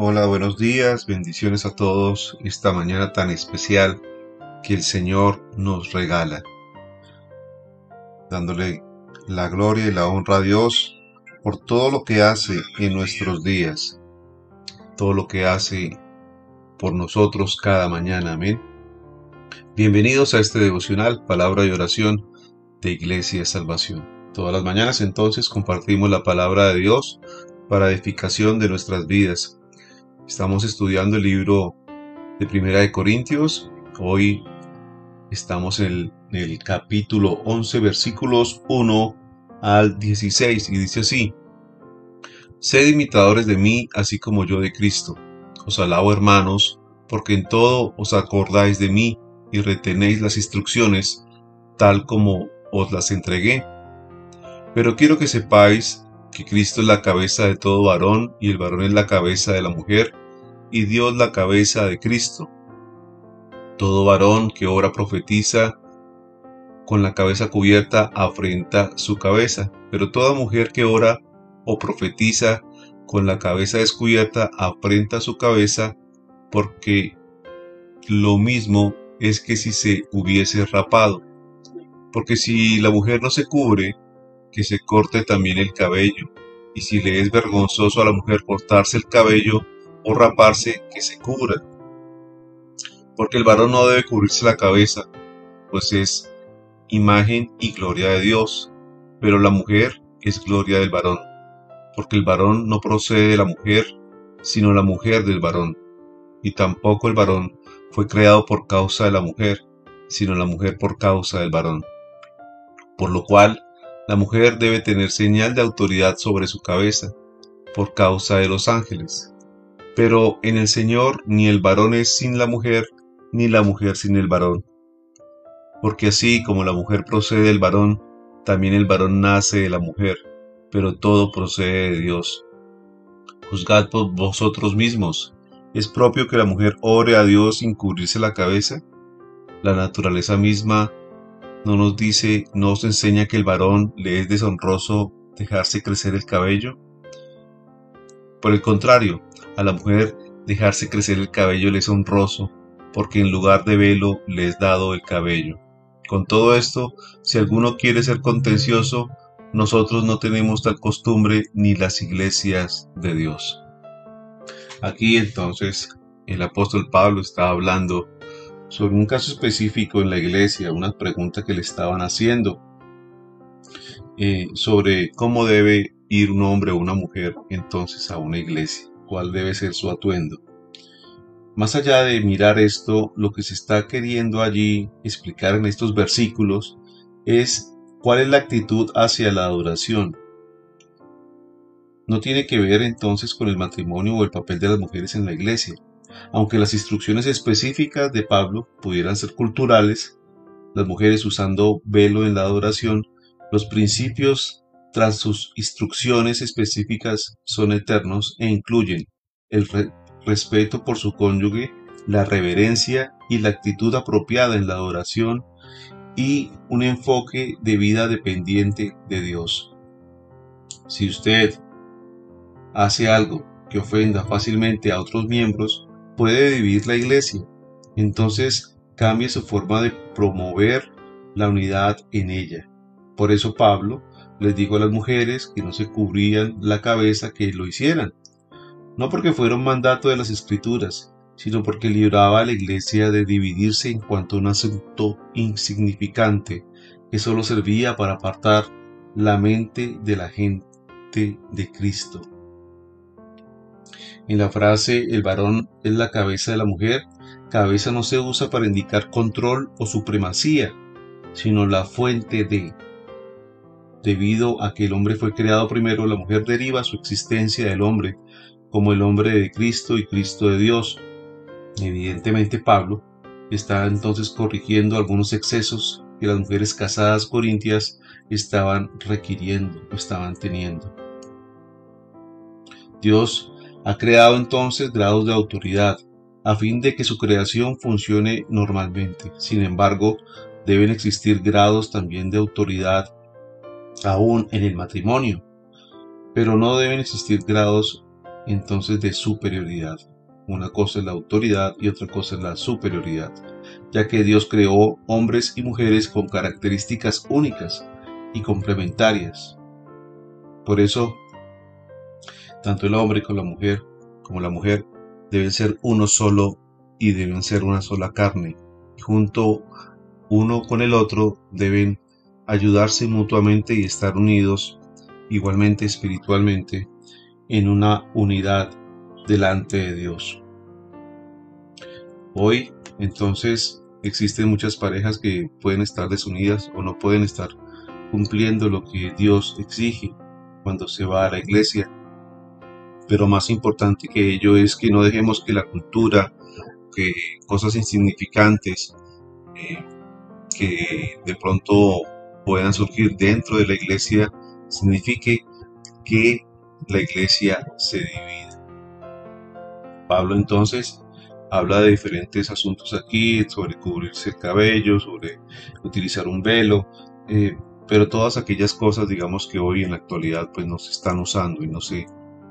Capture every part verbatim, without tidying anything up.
Hola, buenos días, bendiciones a todos esta mañana tan especial que el Señor nos regala, dándole la gloria y la honra a Dios por todo lo que hace en nuestros días, todo lo que hace por nosotros cada mañana, amén. Bienvenidos a este devocional, palabra y oración de Iglesia Salvación. Todas las mañanas entonces compartimos la palabra de Dios para edificación de nuestras vidas. Estamos estudiando el libro de Primera de Corintios. Hoy estamos en el, en el capítulo once, versículos uno al dieciséis, y dice así: Sed imitadores de mí, así como yo de Cristo. Os alabo, hermanos, porque en todo os acordáis de mí y retenéis las instrucciones, tal como os las entregué. Pero quiero que sepáis que Cristo es la cabeza de todo varón, y el varón es la cabeza de la mujer, y Dios la cabeza de Cristo. Todo varón que ora profetiza con la cabeza cubierta afrenta su cabeza, pero toda mujer que ora o profetiza con la cabeza descubierta afrenta su cabeza, porque lo mismo es que si se hubiese rapado. Porque si la mujer no se cubre, que se corte también el cabello, y si le es vergonzoso a la mujer cortarse el cabello o raparse, que se cubra. Porque el varón no debe cubrirse la cabeza, pues es imagen y gloria de Dios, pero la mujer es gloria del varón, porque el varón no procede de la mujer, sino la mujer del varón, y tampoco el varón fue creado por causa de la mujer, sino la mujer por causa del varón. Por lo cual, la mujer debe tener señal de autoridad sobre su cabeza, por causa de los ángeles. Pero en el Señor ni el varón es sin la mujer, ni la mujer sin el varón. Porque así como la mujer procede del varón, también el varón nace de la mujer, pero todo procede de Dios. Juzgad por vosotros mismos. ¿Es propio que la mujer ore a Dios sin cubrirse la cabeza? La naturaleza misma no nos dice, no os enseña que el varón le es deshonroso dejarse crecer el cabello. Por el contrario, a la mujer dejarse crecer el cabello le es honroso, porque en lugar de velo le es dado el cabello. Con todo esto, si alguno quiere ser contencioso, nosotros no tenemos tal costumbre ni las iglesias de Dios. Aquí entonces el apóstol Pablo está hablando sobre un caso específico en la iglesia, una pregunta que le estaban haciendo eh, sobre cómo debe ir un hombre o una mujer entonces a una iglesia, cuál debe ser su atuendo. Más allá de mirar esto, lo que se está queriendo allí explicar en estos versículos es cuál es la actitud hacia la adoración. No tiene que ver entonces con el matrimonio o el papel de las mujeres en la iglesia. Aunque las instrucciones específicas de Pablo pudieran ser culturales, las mujeres usando velo en la adoración, los principios tras sus instrucciones específicas son eternos e incluyen el re respeto por su cónyuge, la reverencia y la actitud apropiada en la adoración, y un enfoque de vida dependiente de Dios. Si usted hace algo que ofenda fácilmente a otros miembros, puede dividir la iglesia. Entonces cambie su forma de promover la unidad en ella. Por eso Pablo les dijo a las mujeres que no se cubrían la cabeza que lo hicieran, no porque fuera un mandato de las escrituras, sino porque libraba a la iglesia de dividirse en cuanto a un asunto insignificante que solo servía para apartar la mente de la gente de Cristo. En la frase el varón es la cabeza de la mujer, cabeza no se usa para indicar control o supremacía, sino la fuente de. Debido a que el hombre fue creado primero, la mujer deriva su existencia del hombre, como el hombre de Cristo y Cristo de Dios. Evidentemente Pablo está entonces corrigiendo algunos excesos que las mujeres casadas corintias estaban requiriendo o estaban teniendo. Dios ha creado entonces grados de autoridad, a fin de que su creación funcione normalmente. Sin embargo, deben existir grados también de autoridad aún en el matrimonio, pero no deben existir grados entonces de superioridad. Una cosa es la autoridad y otra cosa es la superioridad, ya que Dios creó hombres y mujeres con características únicas y complementarias. Por eso, tanto el hombre como la mujer, como la mujer, deben ser uno solo y deben ser una sola carne. Y junto uno con el otro deben ayudarse mutuamente y estar unidos igualmente espiritualmente en una unidad delante de Dios. Hoy, entonces, existen muchas parejas que pueden estar desunidas o no pueden estar cumpliendo lo que Dios exige cuando se va a la iglesia. Pero más importante que ello es que no dejemos que la cultura, que cosas insignificantes eh, que de pronto puedan surgir dentro de la iglesia, signifique que la iglesia se divide. Pablo entonces habla de diferentes asuntos aquí, sobre cubrirse el cabello, sobre utilizar un velo, eh, pero todas aquellas cosas, digamos, que hoy en la actualidad pues no se están usando y no sé.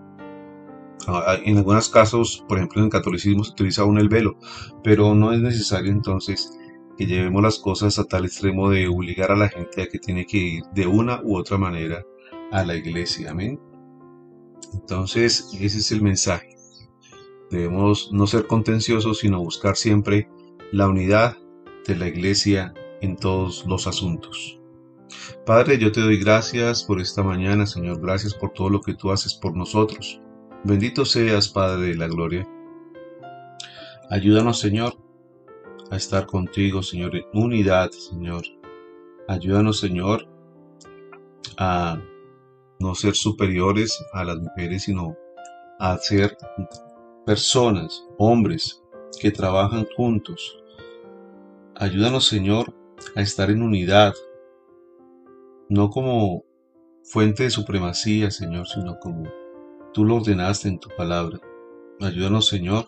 En algunos casos, por ejemplo en el catolicismo se utiliza aún el velo, pero no es necesario entonces que llevemos las cosas a tal extremo de obligar a la gente a que tiene que ir de una u otra manera a la iglesia. Amén. Entonces, ese es el mensaje. Debemos no ser contenciosos, sino buscar siempre la unidad de la iglesia en todos los asuntos. Padre, yo te doy gracias por esta mañana, Señor. Gracias por todo lo que tú haces por nosotros. Bendito seas, Padre de la gloria. Ayúdanos, Señor, a estar contigo, Señor, en unidad, Señor. Ayúdanos, Señor, a no ser superiores a las mujeres, sino a ser personas, hombres, que trabajan juntos. Ayúdanos, Señor, a estar en unidad, no como fuente de supremacía, Señor, sino como tú lo ordenaste en tu palabra. Ayúdanos, Señor,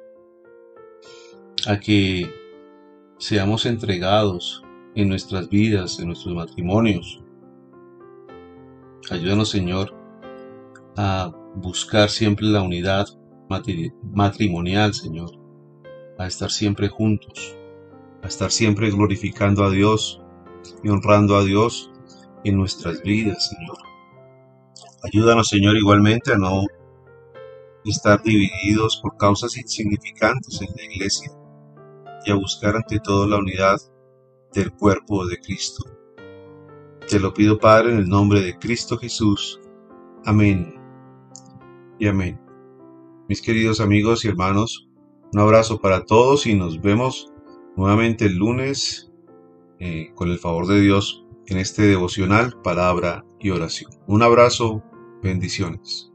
a que seamos entregados en nuestras vidas, en nuestros matrimonios. Ayúdanos, Señor, a buscar siempre la unidad matrimonial, Señor, a estar siempre juntos, a estar siempre glorificando a Dios y honrando a Dios en nuestras vidas, Señor. Ayúdanos, Señor, igualmente a no estar divididos por causas insignificantes en la iglesia y a buscar ante todo la unidad del cuerpo de Cristo. Te lo pido, Padre, en el nombre de Cristo Jesús. Amén y amén. Mis queridos amigos y hermanos, un abrazo para todos y nos vemos nuevamente el lunes eh, con el favor de Dios en este devocional, palabra y oración. Un abrazo, bendiciones.